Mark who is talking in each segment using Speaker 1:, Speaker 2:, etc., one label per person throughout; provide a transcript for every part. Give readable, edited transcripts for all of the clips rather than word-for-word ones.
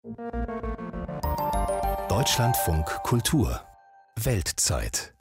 Speaker 1: Deutschlandfunk Kultur Weltzeit.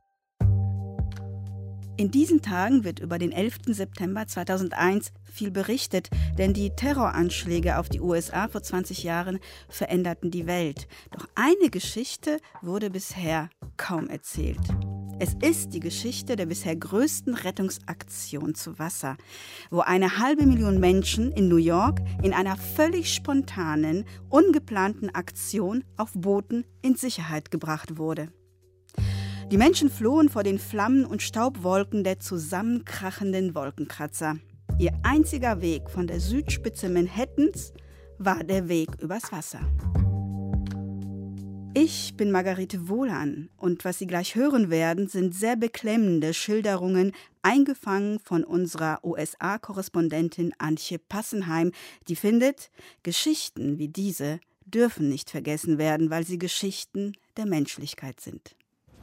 Speaker 2: In diesen Tagen wird über den 11. September 2001 viel berichtet, denn die Terroranschläge auf die USA vor 20 Jahren veränderten die Welt. Doch eine Geschichte wurde bisher kaum erzählt. Es ist die Geschichte der bisher größten Rettungsaktion zu Wasser, wo 500.000 Menschen in New York in einer völlig spontanen, ungeplanten Aktion auf Booten in Sicherheit gebracht wurde. Die Menschen flohen vor den Flammen und Staubwolken der zusammenkrachenden Wolkenkratzer. Ihr einziger Weg von der Südspitze Manhattans war der Weg übers Wasser. Ich bin Margarete Wohlan und was Sie gleich hören werden, sind sehr beklemmende Schilderungen, eingefangen von unserer USA-Korrespondentin Antje Passenheim, die findet, Geschichten wie diese dürfen nicht vergessen werden, weil sie Geschichten der Menschlichkeit sind.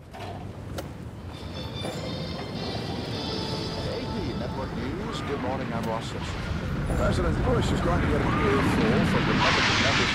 Speaker 3: Good morning, I'm Ross Simpson. President Bush is going to get an earful from Republican members.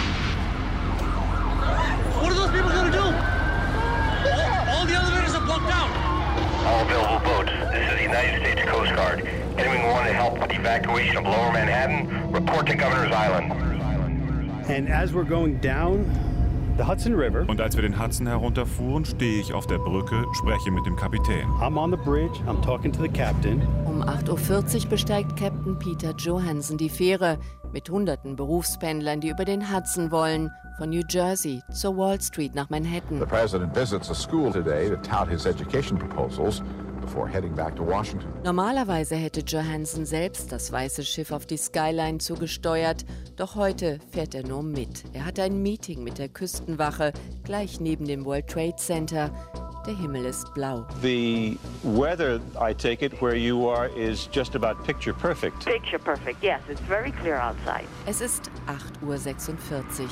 Speaker 4: What are those people going to do? All the elevators are blocked out.
Speaker 5: All available boats. This is the United States Coast Guard. Anyone want to help with the evacuation of Lower Manhattan? Report to Governor's Island.
Speaker 6: And as we're going down the Hudson River,
Speaker 7: und als wir den Hudson herunterfuhren, stehe ich auf der Brücke, spreche mit dem Kapitän.
Speaker 6: I'm on the bridge, I'm talking to the captain.
Speaker 8: Um 8:40 Uhr besteigt Captain Peter Johansson die Fähre mit hunderten Berufspendlern, die über den Hudson wollen, von New Jersey zur Wall Street nach Manhattan.
Speaker 3: The president visits a school today to tout his education proposals before heading back to Washington.
Speaker 8: Normalerweise hätte Johansson selbst das weiße Schiff auf die Skyline zugesteuert, doch heute fährt er nur mit. Er hat ein Meeting mit der Küstenwache gleich neben dem World Trade Center. Der Himmel ist blau.
Speaker 9: The weather, I take it, where you are is just about picture perfect.
Speaker 10: Picture perfect, yes. It's very clear outside.
Speaker 8: Es ist 8:46 Uhr.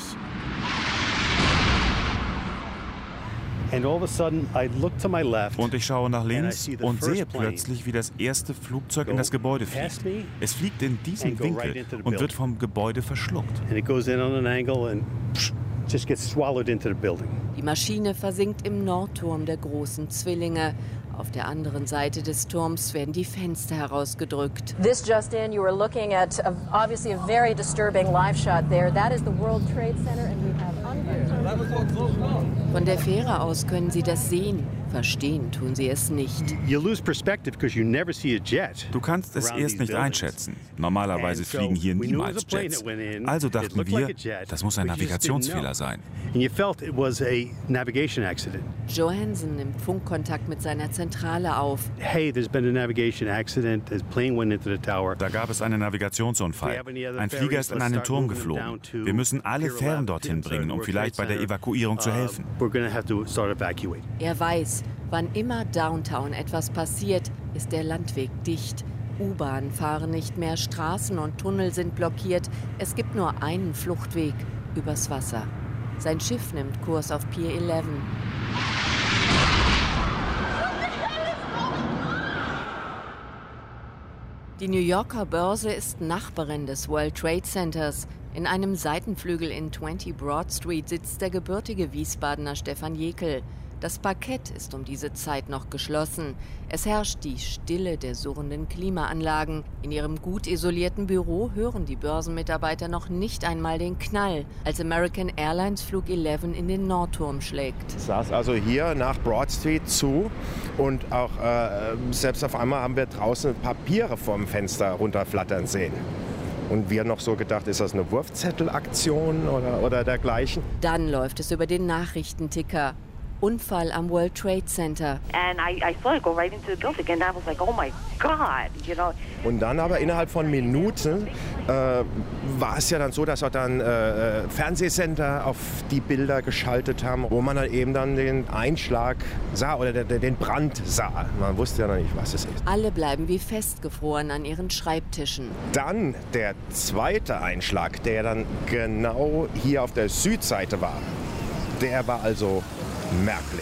Speaker 6: And all of a sudden, I look to my left,
Speaker 7: und ich schaue nach links
Speaker 6: and I see the
Speaker 7: und sehe
Speaker 6: first plane
Speaker 7: plötzlich, wie das erste Flugzeug in das Gebäude
Speaker 6: past
Speaker 7: fliegt.
Speaker 6: me
Speaker 7: Es fliegt in diesem
Speaker 6: and go
Speaker 7: Winkel
Speaker 6: right into the
Speaker 7: und wird
Speaker 6: building.
Speaker 7: vom Gebäude verschluckt.
Speaker 6: And it goes in on an angle and just gets swallowed into the building.
Speaker 8: Die Maschine versinkt im Nordturm der großen Zwillinge. Auf der anderen Seite des Turms werden die Fenster herausgedrückt.
Speaker 11: This just in, you were looking at obviously a very disturbing live shot there. That is the World Trade Center and we have
Speaker 8: Von der Fähre aus können Sie das sehen. Verstehen tun Sie es nicht.
Speaker 6: You lose perspective because you never see a jet.
Speaker 7: Du kannst es
Speaker 6: around
Speaker 7: erst
Speaker 6: these
Speaker 7: nicht
Speaker 6: buildings.
Speaker 7: einschätzen. Normalerweise
Speaker 6: And so
Speaker 7: fliegen hier
Speaker 6: we knew it
Speaker 7: niemals
Speaker 6: was a plane
Speaker 7: Jets.
Speaker 6: that went in.
Speaker 7: Also
Speaker 6: It
Speaker 7: dachten
Speaker 6: looked
Speaker 7: wir,
Speaker 6: like a jet,
Speaker 7: das muss ein
Speaker 6: but you just didn't
Speaker 7: Navigationsfehler
Speaker 6: know.
Speaker 7: sein.
Speaker 6: And you felt it was a navigation accident.
Speaker 8: Johansson nimmt Funkkontakt mit seiner Zentrale auf.
Speaker 6: Hey, there's been a navigation accident. The plane went into the tower.
Speaker 7: Da gab es einen Navigationsunfall. Ein Flieger ist in einen Turm geflogen. Wir müssen alle Fähren dorthin bringen, um vielleicht bei der Evakuierung zu helfen.
Speaker 6: We're going to have to start evacuating.
Speaker 8: Er weiß, wann immer Downtown etwas passiert, ist der Landweg dicht. U-Bahnen fahren nicht mehr, Straßen und Tunnel sind blockiert. Es gibt nur einen Fluchtweg, übers Wasser. Sein Schiff nimmt Kurs auf Pier 11. Die New Yorker Börse ist Nachbarin des World Trade Centers. In einem Seitenflügel in 20 Broad Street sitzt der gebürtige Wiesbadener Stefan Jekel. Das Parkett ist um diese Zeit noch geschlossen. Es herrscht die Stille der surrenden Klimaanlagen. In ihrem gut isolierten Büro hören die Börsenmitarbeiter noch nicht einmal den Knall, als American Airlines Flug 11 in den Nordturm schlägt.
Speaker 12: Ich saß also hier nach Broad Street zu und auch selbst auf einmal haben wir draußen Papiere vorm Fenster runterflattern sehen. Und wir noch so gedacht, ist das eine Wurfzettelaktion oder dergleichen?
Speaker 8: Dann läuft es über den Nachrichtenticker. Unfall am World Trade Center.
Speaker 10: And I saw it go right into the building and I was like, oh my God, you know.
Speaker 12: Und dann aber innerhalb von Minuten war es ja dann so, dass auch dann Fernsehsender auf die Bilder geschaltet haben, wo man dann eben dann den Einschlag sah oder den Brand sah. Man wusste ja noch nicht, was es ist.
Speaker 8: Alle bleiben wie festgefroren an ihren Schreibtischen.
Speaker 12: Dann der zweite Einschlag, der dann genau hier auf der Südseite war, der war also merklich.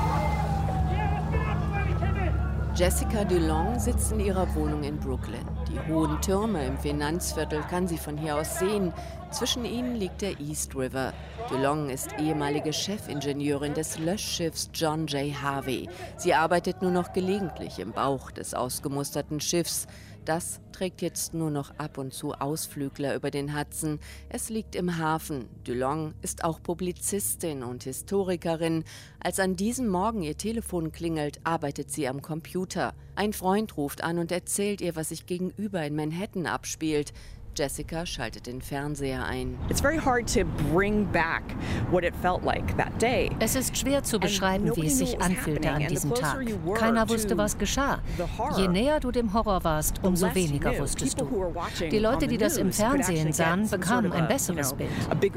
Speaker 8: Jessica DeLong sitzt in ihrer Wohnung in Brooklyn. Die hohen Türme im Finanzviertel kann sie von hier aus sehen. Zwischen ihnen liegt der East River. DeLong ist ehemalige Chefingenieurin des Löschschiffs John J. Harvey. Sie arbeitet nur noch gelegentlich im Bauch des ausgemusterten Schiffs. Das trägt jetzt nur noch ab und zu Ausflügler über den Hudson. Es liegt im Hafen. DeLong ist auch Publizistin und Historikerin. Als an diesem Morgen ihr Telefon klingelt, arbeitet sie am Computer. Ein Freund ruft an und erzählt ihr, was sich gegenüber in Manhattan abspielt. Jessica schaltet den Fernseher ein.
Speaker 13: Es ist schwer zu beschreiben, wie es sich anfühlte an diesem Tag. Keiner wusste, was geschah. Je näher du dem Horror warst, umso weniger wusstest du. Die Leute, die das im Fernsehen sahen, bekamen ein besseres Bild.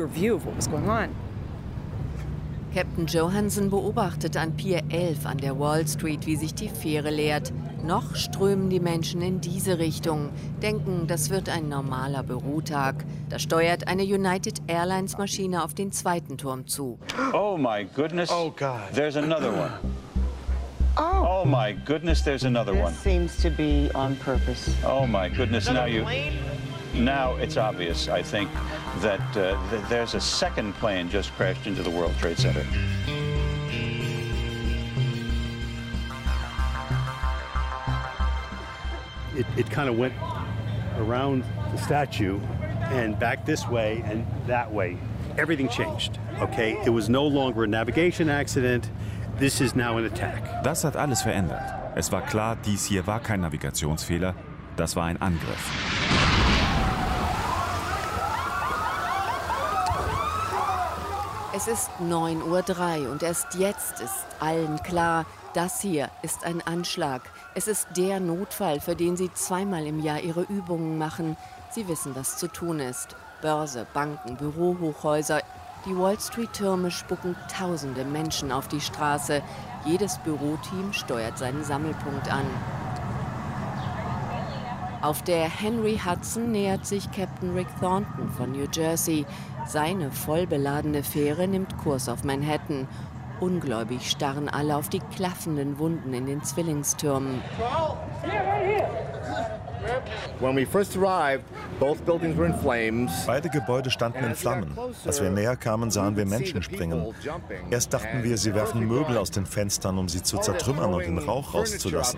Speaker 8: Captain Johansson beobachtet an Pier 11 an der Wall Street, wie sich die Fähre leert. Noch strömen die Menschen in diese Richtung, denken, das wird ein normaler Bürotag. Da steuert eine United Airlines Maschine auf den zweiten Turm zu.
Speaker 9: Oh my goodness. Oh God. There's another one. Oh my goodness, there's another one.
Speaker 10: This seems to be on purpose.
Speaker 9: Oh my goodness, now it's obvious, I think, that there's a second plane just crashed into the World Trade Center.
Speaker 6: It kind of went around the statue and back this way and that way. Everything changed, okay? It was no longer a navigation accident. This is now an attack.
Speaker 7: Das hat alles verändert. Es war klar, dies hier war kein Navigationsfehler, das war ein Angriff.
Speaker 8: Es ist 9:03 Uhr und erst jetzt ist allen klar, das hier ist ein Anschlag. Es ist der Notfall, für den sie zweimal im Jahr ihre Übungen machen. Sie wissen, was zu tun ist. Börse, Banken, Bürohochhäuser. Die Wall-Street-Türme spucken tausende Menschen auf die Straße. Jedes Büroteam steuert seinen Sammelpunkt an. Auf der Henry Hudson nähert sich Captain Rick Thornton von New Jersey. Seine vollbeladene Fähre nimmt Kurs auf Manhattan. Ungläubig starren alle auf die klaffenden Wunden in den Zwillingstürmen.
Speaker 14: When we first arrived, both buildings were in flames.
Speaker 15: Beide Gebäude standen in Flammen. Als wir näher kamen, sahen wir Menschen springen. Erst dachten wir, sie werfen Möbel aus den Fenstern, um sie zu zertrümmern und den Rauch rauszulassen.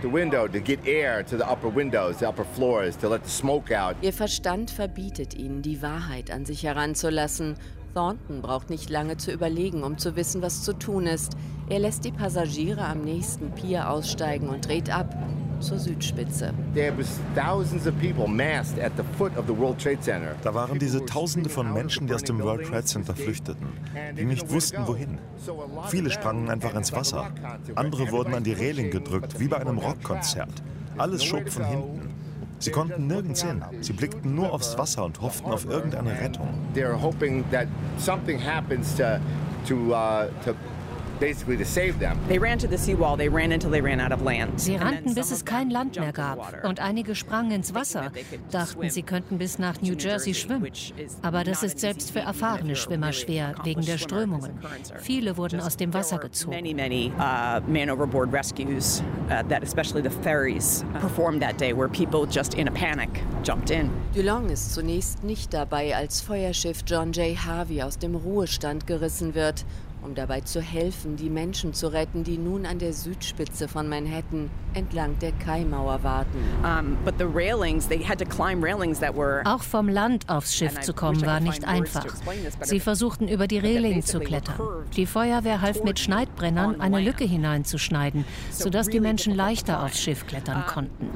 Speaker 8: Ihr Verstand verbietet ihnen, die Wahrheit an sich heranzulassen. Thornton braucht nicht lange zu überlegen, um zu wissen, was zu tun ist. Er lässt die Passagiere am nächsten Pier aussteigen und dreht ab zur Südspitze.
Speaker 15: Da waren diese Tausende von Menschen, die aus dem World Trade Center flüchteten, die nicht wussten, wohin. Viele sprangen einfach ins Wasser. Andere wurden an die Reling gedrückt, wie bei einem Rockkonzert. Alles schob von hinten. Sie konnten nirgends hin. Sie blickten nur aufs Wasser und hofften auf irgendeine Rettung.
Speaker 13: Sie rannten, bis es kein Land mehr gab. Und einige sprangen ins Wasser, dachten, sie könnten bis nach New Jersey schwimmen. Aber das ist selbst für erfahrene Schwimmer schwer, wegen der Strömungen. Viele wurden aus dem Wasser gezogen.
Speaker 8: DeLong ist zunächst nicht dabei, als Feuerschiff John J. Harvey aus dem Ruhestand gerissen wird, um dabei zu helfen, die Menschen zu retten, die nun an der Südspitze von Manhattan entlang der Kaimauer warten.
Speaker 13: Auch vom Land aufs Schiff zu kommen, war nicht einfach. Sie versuchten, über die Reling zu klettern. Die Feuerwehr half mit Schneidbrennern, eine Lücke hineinzuschneiden, sodass die Menschen leichter aufs Schiff klettern konnten.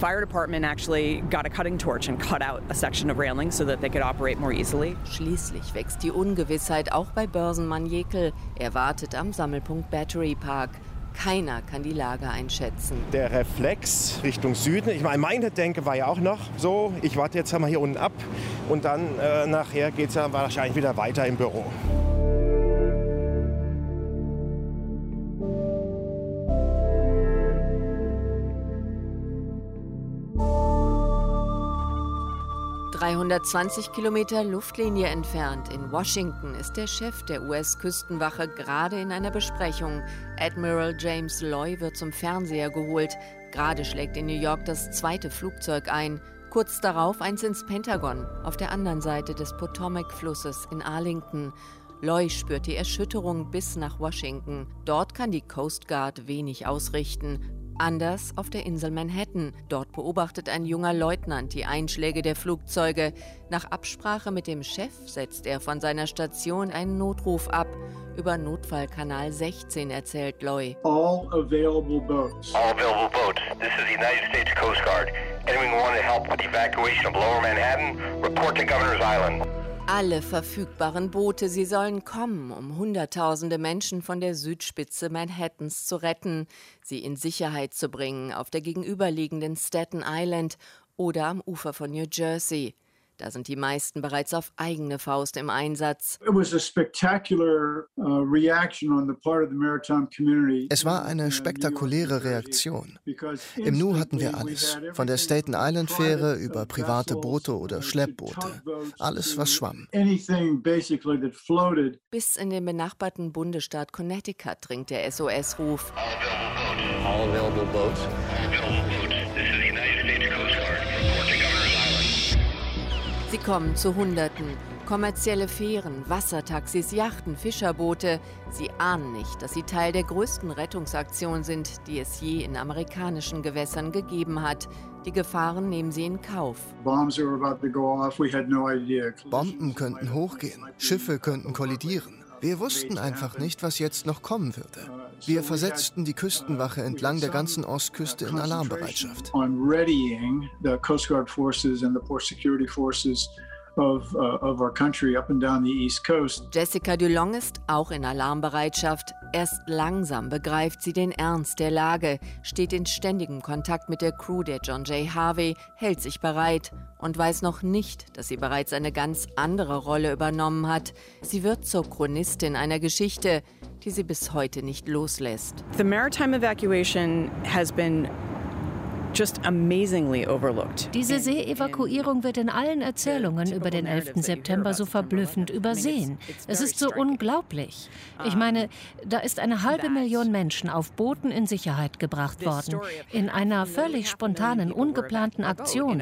Speaker 8: Schließlich wächst die Ungewissheit auch bei Börsenmann Jekyll. Er wartet am Sammelpunkt Battery Park. Keiner kann die Lage einschätzen.
Speaker 12: Der Reflex Richtung Süden, ich meine, mein Denken war ja auch noch so, ich warte jetzt einmal hier unten ab und dann nachher geht es ja wahrscheinlich wieder weiter im Büro.
Speaker 8: ...320 Kilometer Luftlinie entfernt in Washington ist der Chef der US-Küstenwache gerade in einer Besprechung. Admiral James Loy wird zum Fernseher geholt. Gerade schlägt in New York das zweite Flugzeug ein. Kurz darauf eins ins Pentagon, auf der anderen Seite des Potomac-Flusses in Arlington. Loy spürt die Erschütterung bis nach Washington. Dort kann die Coast Guard wenig ausrichten. Anders auf der Insel Manhattan. Dort beobachtet ein junger Leutnant die Einschläge der Flugzeuge. Nach Absprache mit dem Chef setzt er von seiner Station einen Notruf ab. Über Notfallkanal 16 erzählt Loy.
Speaker 16: All available boats.
Speaker 5: All available boats. This is the United States Coast Guard. Anyone who wants to help with the evacuation of Lower Manhattan, report to Governor's Island.
Speaker 8: Alle verfügbaren Boote, sie sollen kommen, um Hunderttausende Menschen von der Südspitze Manhattans zu retten, sie in Sicherheit zu bringen auf der gegenüberliegenden Staten Island oder am Ufer von New Jersey. Da sind die meisten bereits auf eigene Faust im Einsatz.
Speaker 17: Es war eine spektakuläre Reaktion. Im Nu hatten wir alles, von der Staten Island Fähre über private Boote oder Schleppboote. Alles, was schwamm.
Speaker 8: Bis in den benachbarten Bundesstaat Connecticut dringt der SOS-Ruf.
Speaker 5: All available boats. This is the United States Coast Guard. Report to Governor's Island.
Speaker 8: Sie kommen zu Hunderten. Kommerzielle Fähren, Wassertaxis, Yachten, Fischerboote. Sie ahnen nicht, dass sie Teil der größten Rettungsaktion sind, die es je in amerikanischen Gewässern gegeben hat. Die Gefahren nehmen sie in Kauf.
Speaker 17: Bomben könnten hochgehen, Schiffe könnten kollidieren. Wir wussten einfach nicht, was jetzt noch kommen würde. Wir versetzten die Küstenwache entlang der ganzen Ostküste in Alarmbereitschaft.
Speaker 8: Jessica Dulong ist auch in Alarmbereitschaft. Erst langsam begreift sie den Ernst der Lage, steht in ständigem Kontakt mit der Crew der John J. Harvey, hält sich bereit und weiß noch nicht, dass sie bereits eine ganz andere Rolle übernommen hat. Sie wird zur Chronistin einer Geschichte, die sie bis heute nicht loslässt.
Speaker 18: The maritime evacuation has been just amazingly overlooked.
Speaker 13: Diese Seeevakuierung wird in allen Erzählungen über den 11. September so verblüffend übersehen. Es ist so unglaublich. Ich meine, da ist 500.000 Menschen auf Booten in Sicherheit gebracht worden. In einer völlig spontanen, ungeplanten Aktion.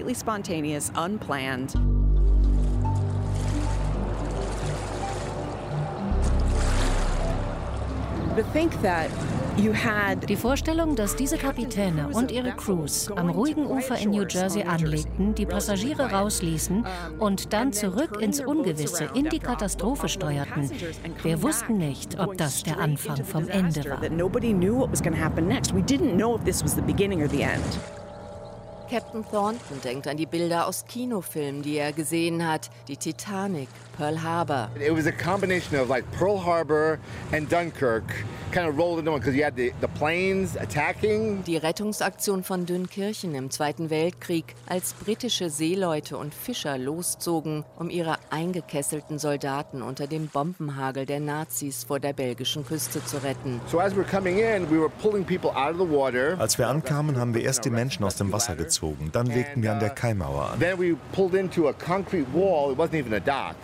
Speaker 13: Die Vorstellung, dass diese Kapitäne und ihre Crews am ruhigen Ufer in New Jersey anlegten, die Passagiere rausließen und dann zurück ins Ungewisse, in die Katastrophe steuerten. Wir wussten nicht, ob das der Anfang vom Ende war.
Speaker 8: Captain Thornton denkt an die Bilder aus Kinofilmen, die er gesehen hat. Die Titanic, Pearl Harbor.
Speaker 14: It was a combination of like Pearl Harbor and Dunkirk kind of rolled into one because you had the planes attacking.
Speaker 8: Die Rettungsaktion von Dünkirchen im Zweiten Weltkrieg, als britische Seeleute und Fischer loszogen, um ihre eingekesselten Soldaten unter dem Bombenhagel der Nazis vor der belgischen Küste zu retten.
Speaker 14: So as we're coming in, we were pulling people out of the water.
Speaker 15: Als wir ankamen, haben wir erst die Menschen aus dem Wasser gezogen. Dann legten wir an der Kaimauer an.
Speaker 14: Then we pulled into a concrete wall. It wasn't even a dock.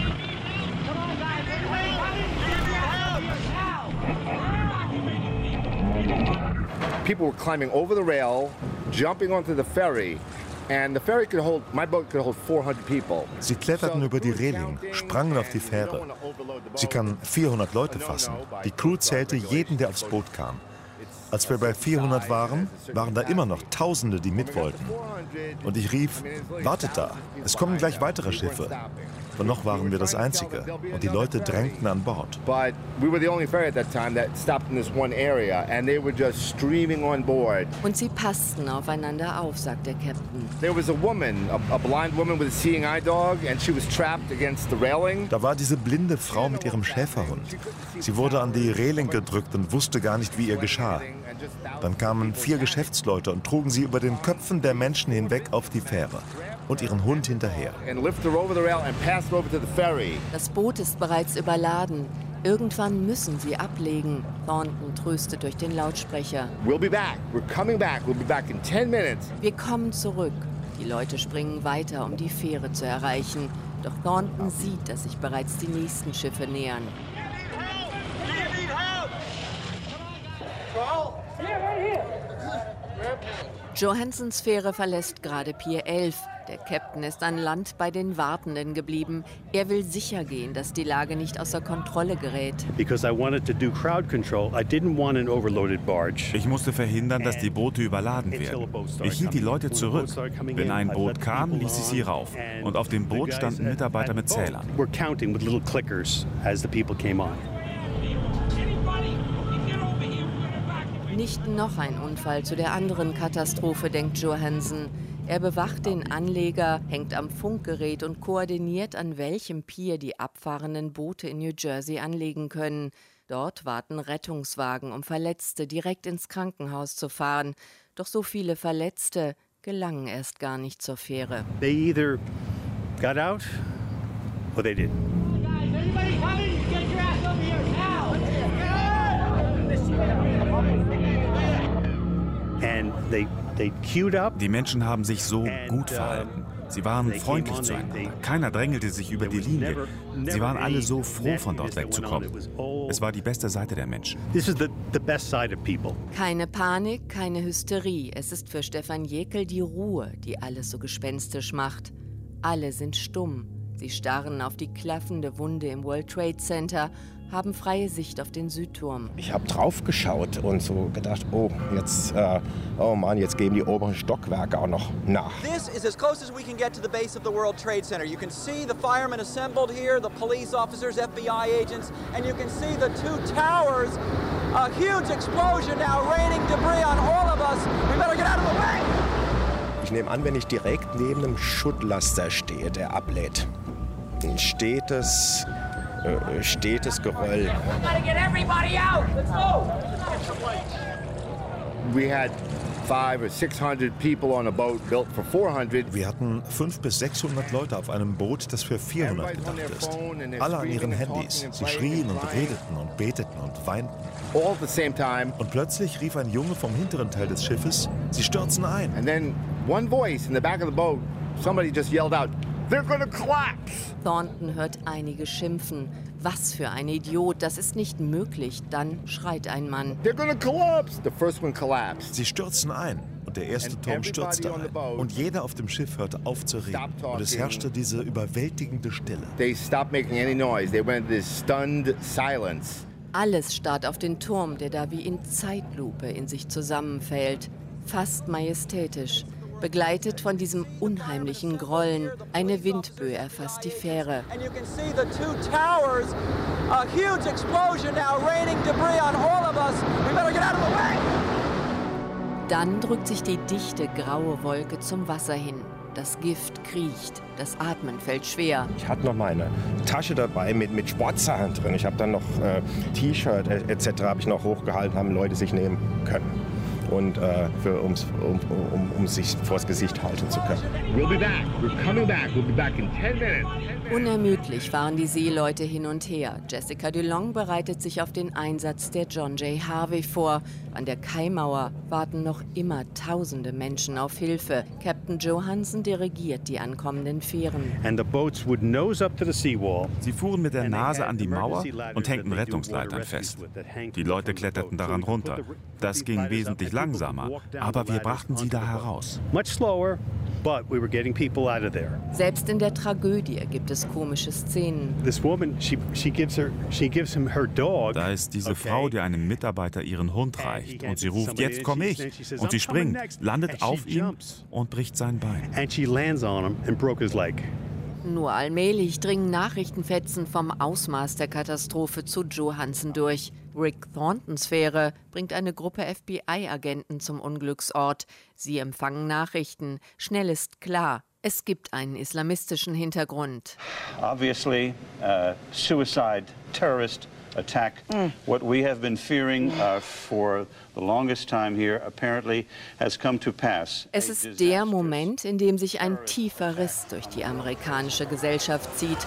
Speaker 14: People were climbing over the rail, jumping onto the ferry. And the ferry could hold, my boat could hold 400 people.
Speaker 15: Sie kletterten über die Reling, sprangen auf die Fähre. Sie kann 400 Leute fassen. Die Crew zählte jeden, der aufs Boot kam. Als wir bei 400 waren, waren da immer noch Tausende, die mit wollten. Und ich rief, wartet da, es kommen gleich weitere Schiffe. Und noch waren wir das Einzige. Und die Leute drängten an Bord.
Speaker 8: Und sie passten aufeinander auf, sagt der Captain.
Speaker 15: Da war diese blinde Frau mit ihrem Schäferhund. Sie wurde an die Reling gedrückt und wusste gar nicht, wie ihr geschah. Dann kamen 4 Geschäftsleute und trugen sie über den Köpfen der Menschen hinweg auf die Fähre. Und ihren Hund hinterher.
Speaker 8: Das Boot ist bereits überladen. Irgendwann müssen sie ablegen. Thornton tröstet durch den Lautsprecher.
Speaker 14: We'll be back. We're coming back. We'll be back in 10 minutes.
Speaker 8: Wir kommen zurück. Die Leute springen weiter, um die Fähre zu erreichen. Doch Thornton sieht, dass sich bereits die nächsten Schiffe nähern. Johansons Fähre verlässt gerade Pier 11. Der Captain ist an Land bei den Wartenden geblieben. Er will sicher gehen, dass die Lage nicht außer Kontrolle gerät.
Speaker 7: Ich musste verhindern, dass die Boote überladen werden. Ich hielt die Leute zurück. Wenn ein Boot kam, ließ ich sie rauf. Und auf dem Boot standen Mitarbeiter mit Zählern.
Speaker 8: Nicht noch ein Unfall zu der anderen Katastrophe, denkt Johansen. Er bewacht den Anleger, hängt am Funkgerät und koordiniert, an welchem Pier die abfahrenden Boote in New Jersey anlegen können. Dort warten Rettungswagen, um Verletzte direkt ins Krankenhaus zu fahren. Doch so viele Verletzte gelangen erst gar nicht zur Fähre.
Speaker 6: They either got out or they didn't.
Speaker 4: Everybody come in, get your ass over here now!
Speaker 6: And they queued up.
Speaker 7: Die Menschen haben sich so gut verhalten. Sie waren freundlich zueinander. Keiner drängelte sich über die Linie. Sie waren alle so froh, von dort wegzukommen. Es war die beste Seite der Menschen.
Speaker 8: Keine Panik, keine Hysterie. Es ist für Stefan Jekel die Ruhe, die alles so gespenstisch macht. Alle sind stumm. Sie starren auf die klaffende Wunde im World Trade Center, haben freie Sicht auf den Südturm.
Speaker 12: Ich habe drauf geschaut und so gedacht, oh Mann, jetzt geben die oberen Stockwerke auch noch nach.
Speaker 19: This is as close as we can get to the base of the World Trade Center. You can see the firemen assembled here, the police officers, FBI agents, and you can see the two towers. A huge explosion now raining debris on all of us. We better get out of the way.
Speaker 12: Ich nehme an, wenn ich direkt neben einem Schuttlaster stehe, der ablädt, ein stetes Geröll.
Speaker 14: We had 500 or 600 people on a boat built for 400.
Speaker 15: Wir hatten 500 bis 600 Leute auf einem Boot, das für 400 gedacht ist. Alle an ihren Handys. Sie schrien und redeten und beteten und weinten.
Speaker 14: All at the same time.
Speaker 15: Und plötzlich rief ein Junge vom hinteren Teil des Schiffes, sie stürzen ein.
Speaker 14: And then one voice in the back of the boat, somebody just yelled out, "They're gonna collapse!"
Speaker 8: Thornton hört einige schimpfen. Was für ein Idiot, das ist nicht möglich. Dann schreit ein Mann.
Speaker 14: They're gonna collapse! The first one collapsed.
Speaker 15: Sie stürzen ein. Und der erste Turm stürzte ein. Und jeder auf dem Schiff hörte auf zu reden. Und es herrschte diese überwältigende Stille.
Speaker 14: They stopped making any noise. They went into this stunned silence.
Speaker 8: Alles starrt auf den Turm, der da wie in Zeitlupe in sich zusammenfällt. Fast majestätisch. Begleitet von diesem unheimlichen Grollen. Eine Windböe erfasst die Fähre. Dann drückt sich die dichte graue Wolke zum Wasser hin. Das Gift kriecht, das Atmen fällt schwer.
Speaker 12: Ich hatte noch meine Tasche dabei mit Sportsachen drin. Ich habe dann noch T-Shirt etc. habe ich noch hochgehalten, haben Leute sich nehmen können. Und um sich vors Gesicht halten zu können.
Speaker 14: We'll be back. We're coming back. We'll be back in 10 minutes.
Speaker 8: Unermüdlich fahren die Seeleute hin und her. Jessica DeLong bereitet sich auf den Einsatz der John J. Harvey vor. An der Kaimauer warten noch immer tausende Menschen auf Hilfe. Captain Johansen dirigiert die ankommenden Fähren.
Speaker 7: Sie fuhren mit der Nase an die Mauer und hängten Rettungsleitern fest. Die Leute kletterten daran runter. Das ging wesentlich langsamer, aber wir brachten sie da heraus.
Speaker 8: Selbst in der Tragödie gibt es komische Szenen.
Speaker 7: Da ist diese Frau, die einem Mitarbeiter ihren Hund reicht und sie ruft, jetzt komme ich. Und sie springt, landet auf ihm und bricht sein Bein.
Speaker 8: Nur allmählich dringen Nachrichtenfetzen vom Ausmaß der Katastrophe zu Johansen durch. Rick Thorntons Fähre bringt eine Gruppe FBI-Agenten zum Unglücksort. Sie empfangen Nachrichten. Schnell ist klar, es gibt einen islamistischen Hintergrund.
Speaker 9: Obviously, suicide, terrorist attack. What we have been fearing for the longest time here apparently has come to pass.
Speaker 8: Es ist der Moment, in dem sich ein tiefer Riss durch die amerikanische Gesellschaft zieht.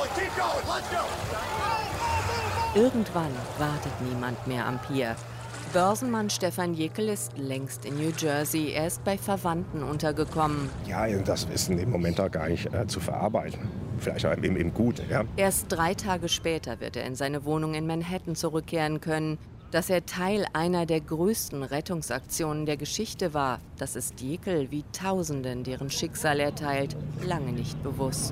Speaker 8: Irgendwann wartet niemand mehr am Pier. Börsenmann Stefan Jekel ist längst in New Jersey. Er ist bei Verwandten untergekommen.
Speaker 12: Ja, das ist im Moment auch gar nicht zu verarbeiten. Vielleicht auch im Gute, ja.
Speaker 8: Erst 3 Tage später wird er in seine Wohnung in Manhattan zurückkehren können. Dass er Teil einer der größten Rettungsaktionen der Geschichte war, das ist Jekyll wie Tausenden, deren Schicksal er teilt, lange nicht bewusst.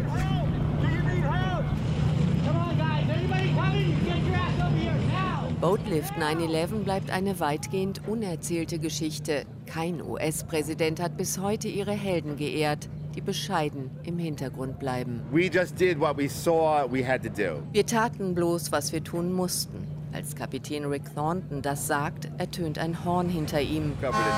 Speaker 8: Boatlift 9/11 bleibt eine weitgehend unerzählte Geschichte. Kein US-Präsident hat bis heute ihre Helden geehrt, die bescheiden im Hintergrund bleiben.
Speaker 14: We just did what we saw we had to do.
Speaker 8: Wir taten bloß, was wir tun mussten. Als Kapitän Rick Thornton das sagt, ertönt ein Horn hinter ihm.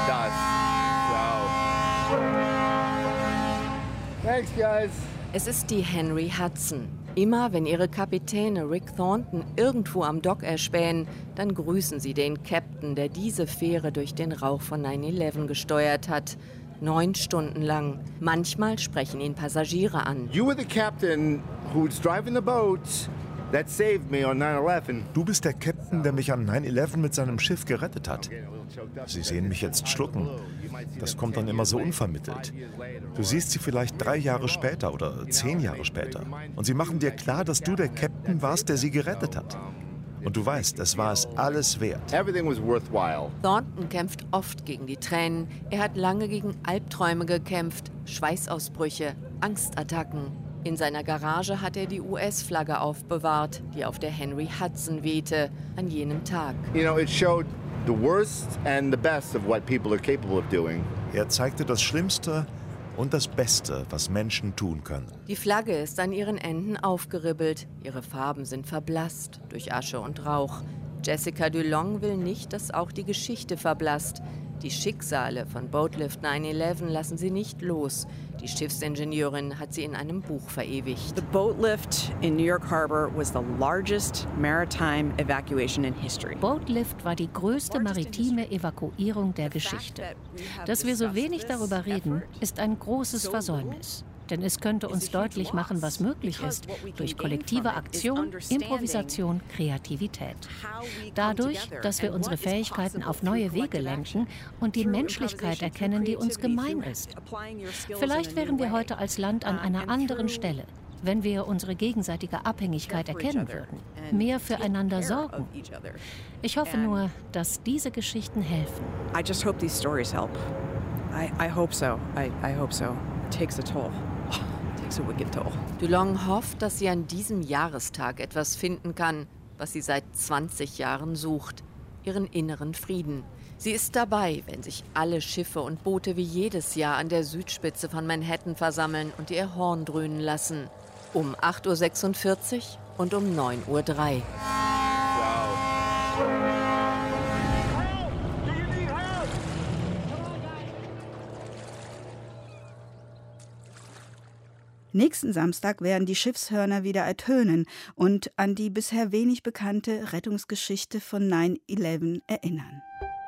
Speaker 14: Thanks, guys.
Speaker 8: Es ist die Henry Hudson. Immer wenn ihre Kapitäne Rick Thornton irgendwo am Dock erspähen, dann grüßen sie den Captain, der diese Fähre durch den Rauch von 9/11 gesteuert hat. 9 Stunden lang. Manchmal sprechen ihn Passagiere an.
Speaker 14: You were the captain who's driving the boat that saved me on 9/11.
Speaker 15: Du bist der Captain, der mich an 9/11 mit seinem Schiff gerettet hat. Sie sehen mich jetzt schlucken. Das kommt dann immer so unvermittelt. Du siehst sie vielleicht 3 Jahre später oder 10 Jahre später. Und sie machen dir klar, dass du der Captain warst, der sie gerettet hat. Und du weißt, es war es alles wert.
Speaker 14: Everything was worthwhile.
Speaker 8: Thornton kämpft oft gegen die Tränen. Er hat lange gegen Albträume gekämpft, Schweißausbrüche, Angstattacken. In seiner Garage hat er die US-Flagge aufbewahrt, die auf der Henry Hudson wehte, an jenem Tag.
Speaker 14: You know, it showed the worst and the best of what people are capable of doing.
Speaker 15: Er zeigte das Schlimmste und das Beste, was Menschen tun können.
Speaker 8: Die Flagge ist an ihren Enden aufgeribbelt. Ihre Farben sind verblasst durch Asche und Rauch. Jessica DuLong will nicht, dass auch die Geschichte verblasst. Die Schicksale von Boatlift 9/11 lassen sie nicht los. Die Schiffsingenieurin hat sie in einem Buch verewigt.
Speaker 18: The Boatlift in New York Harbor was the largest maritime evacuation in history.
Speaker 13: Boatlift war die größte maritime Evakuierung der Geschichte. Dass wir so wenig darüber reden, ist ein großes Versäumnis. Denn es könnte uns deutlich machen, was möglich ist, durch kollektive Aktion, Improvisation, Kreativität. Dadurch, dass wir unsere Fähigkeiten auf neue Wege lenken und die Menschlichkeit erkennen, die uns gemein ist. Vielleicht wären wir heute als Land an einer anderen Stelle, wenn wir unsere gegenseitige Abhängigkeit erkennen würden, mehr füreinander sorgen. Ich hoffe nur, dass diese Geschichten helfen.
Speaker 18: I just hope these stories help. I hope so. I hope so. It takes a toll.
Speaker 8: DuLong hofft, dass sie an diesem Jahrestag etwas finden kann, was sie seit 20 Jahren sucht, ihren inneren Frieden. Sie ist dabei, wenn sich alle Schiffe und Boote wie jedes Jahr an der Südspitze von Manhattan versammeln und ihr Horn dröhnen lassen. Um 8:46 Uhr und um 9:03 Uhr.
Speaker 2: Nächsten Samstag werden die Schiffshörner wieder ertönen und an die bisher wenig bekannte Rettungsgeschichte von 9/11 erinnern.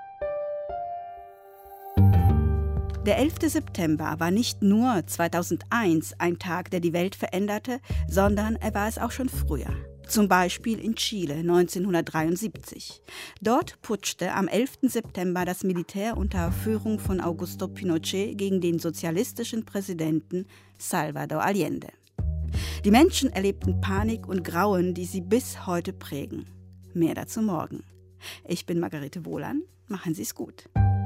Speaker 2: Der 11. September war nicht nur 2001 ein Tag, der die Welt veränderte, sondern er war es auch schon früher. Zum Beispiel in Chile 1973. Dort putschte am 11. September das Militär unter Führung von Augusto Pinochet gegen den sozialistischen Präsidenten Salvador Allende. Die Menschen erlebten Panik und Grauen, die sie bis heute prägen. Mehr dazu morgen. Ich bin Margarete Wohlan. Machen Sie es gut.